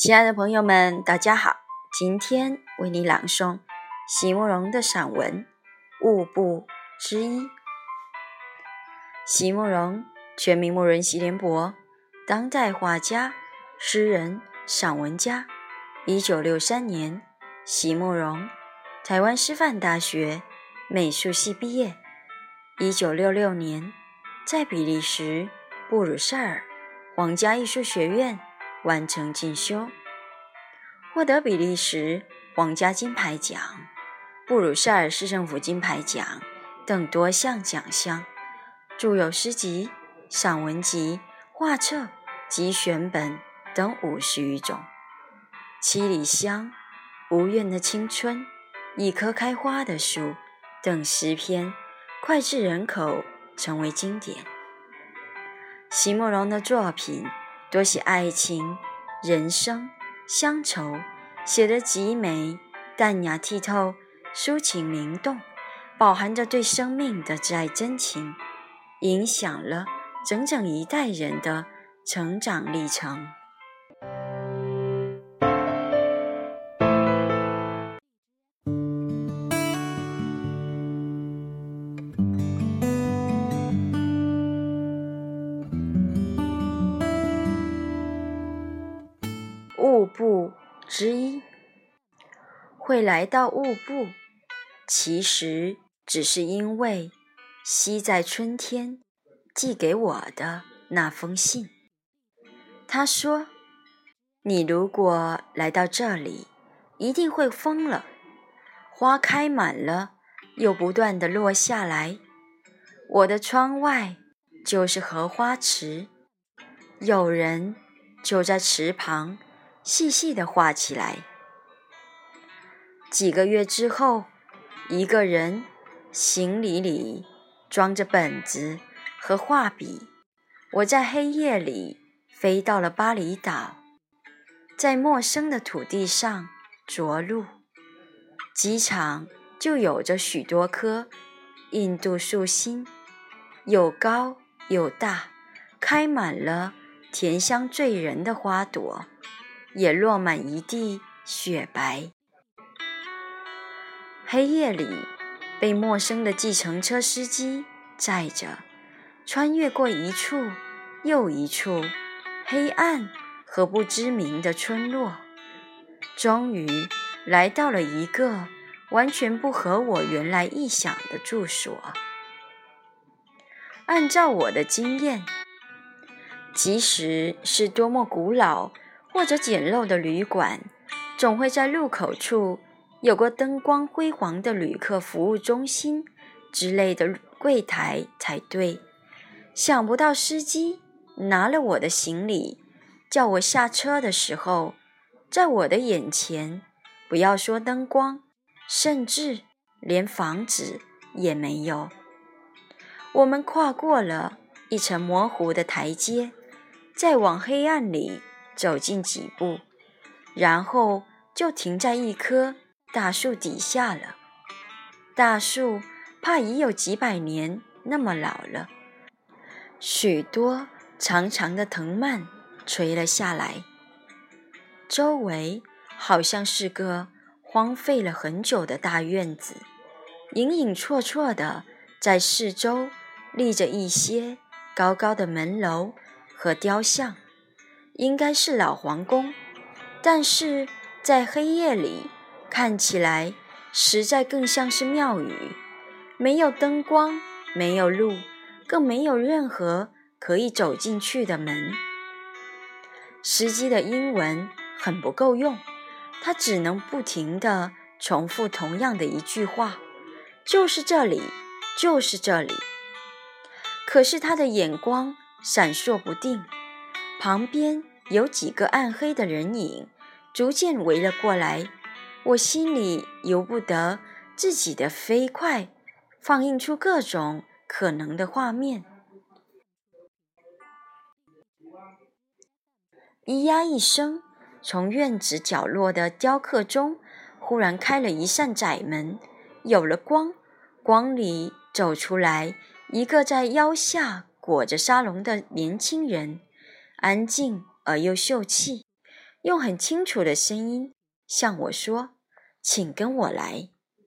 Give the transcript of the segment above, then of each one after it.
亲爱的朋友们，大家好，今天为你朗诵席慕容的散文《物部之一》。席慕容，全名慕人席联博，当代画家、诗人、散文家。1963年，席慕容，台湾师范大学美术系毕业。1966年，在比利时布鲁塞尔皇家艺术学院完成进修，获得比利时皇家金牌奖、布鲁塞尔市政府金牌奖等多项奖项，著有诗集、散文集、画册及选本等50余种。七里香、无怨的青春、一棵开花的树等诗篇脍炙人口，成为经典。席慕容的作品多写爱情、人生、乡愁，写得极美，淡雅剔透，抒情灵动，饱含着对生命的挚爱真情，影响了整整一代人的成长历程。物部之一，会来到物部，其实只是因为西在春天寄给我的那封信。他说，你如果来到这里，一定会疯了，花开满了，又不断地落下来。我的窗外就是荷花池，有人就在池旁细细地画起来。几个月之后，一个人行李里装着本子和画笔，我在黑夜里飞到了巴厘岛，在陌生的土地上着陆。机场就有着许多棵印度树心，又高又大，开满了甜香醉人的花朵，也落满一地雪白。黑夜里，被陌生的计程车司机载着，穿越过一处又一处黑暗和不知名的村落，终于来到了一个完全不合我原来意想的住所。按照我的经验，即使是多么古老或者简陋的旅馆，总会在入口处有个灯光辉煌的旅客服务中心之类的柜台才对。想不到司机拿了我的行李，叫我下车的时候，在我的眼前，不要说灯光，甚至连房子也没有。我们跨过了一层模糊的台阶，再往黑暗里走近几步，然后就停在一棵大树底下了。大树怕已有几百年那么老了，许多长长的藤蔓垂了下来，周围好像是个荒废了很久的大院子，隐隐绰绰的在四周立着一些高高的门楼和雕像，应该是老皇宫，但是在黑夜里看起来实在更像是庙宇，没有灯光，没有路，更没有任何可以走进去的门。司机的英文很不够用，他只能不停地重复同样的一句话，就是这里，就是这里。可是他的眼光闪烁不定，旁边有几个暗黑的人影逐渐围了过来，我心里由不得自己的飞快放映出各种可能的画面。咿呀一声，从院子角落的雕刻中忽然开了一扇窄门，有了光，光里走出来一个在腰下裹着纱笼的年轻人，安静而又秀气， 用很清楚的声音向我说：“请跟我来。”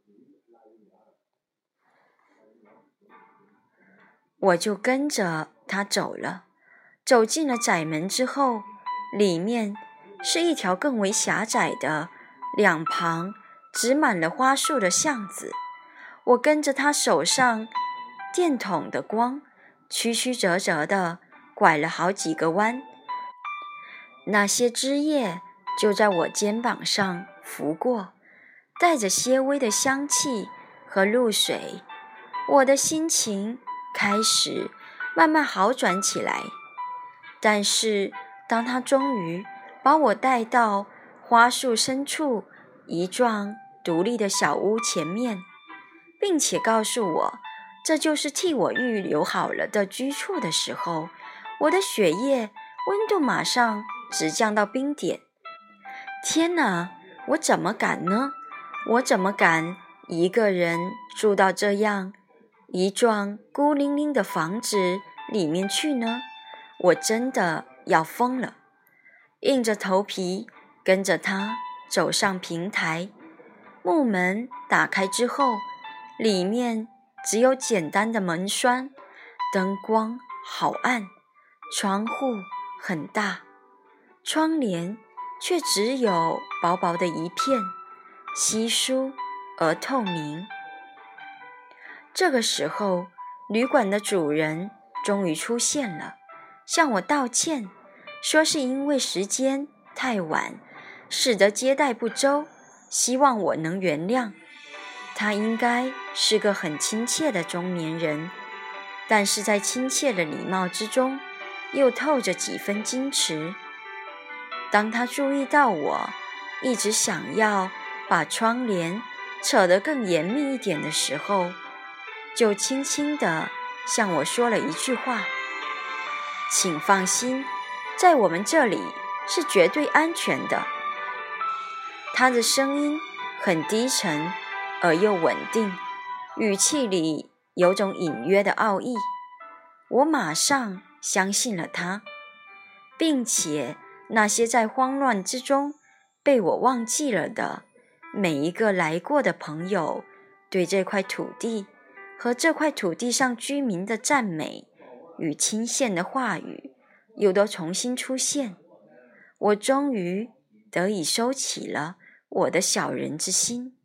我就跟着他走了。走进了窄门之后，里面是一条更为狭窄的、两旁植满了花树的巷子。我跟着他手上电筒的光，曲曲折折地拐了好几个弯，那些枝叶就在我肩膀上拂过，带着些微的香气和露水。我的心情开始慢慢好转起来。但是当他终于把我带到花树深处一幢独立的小屋前面，并且告诉我这就是替我预留好了的居处的时候，我的血液温度马上直降到冰点。天哪，我怎么敢呢？我怎么敢一个人住到这样一幢孤零零的房子里面去呢？我真的要疯了。硬着头皮跟着他走上平台，木门打开之后，里面只有简单的门栓，灯光好暗，窗户很大，窗帘却只有薄薄的一片，稀疏而透明。这个时候，旅馆的主人终于出现了，向我道歉，说是因为时间太晚，使得接待不周，希望我能原谅。他应该是个很亲切的中年人，但是在亲切的礼貌之中，又透着几分矜持。当他注意到我一直想要把窗帘扯得更严密一点的时候，就轻轻地向我说了一句话：“请放心，在我们这里是绝对安全的。”他的声音很低沉而又稳定，语气里有种隐约的傲意。我马上相信了他，并且那些在慌乱之中被我忘记了的每一个来过的朋友对这块土地和这块土地上居民的赞美与钦羡的话语又都重新出现。我终于得以收起了我的小人之心。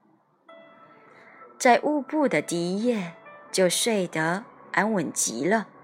在雾布的第一夜就睡得安稳极了。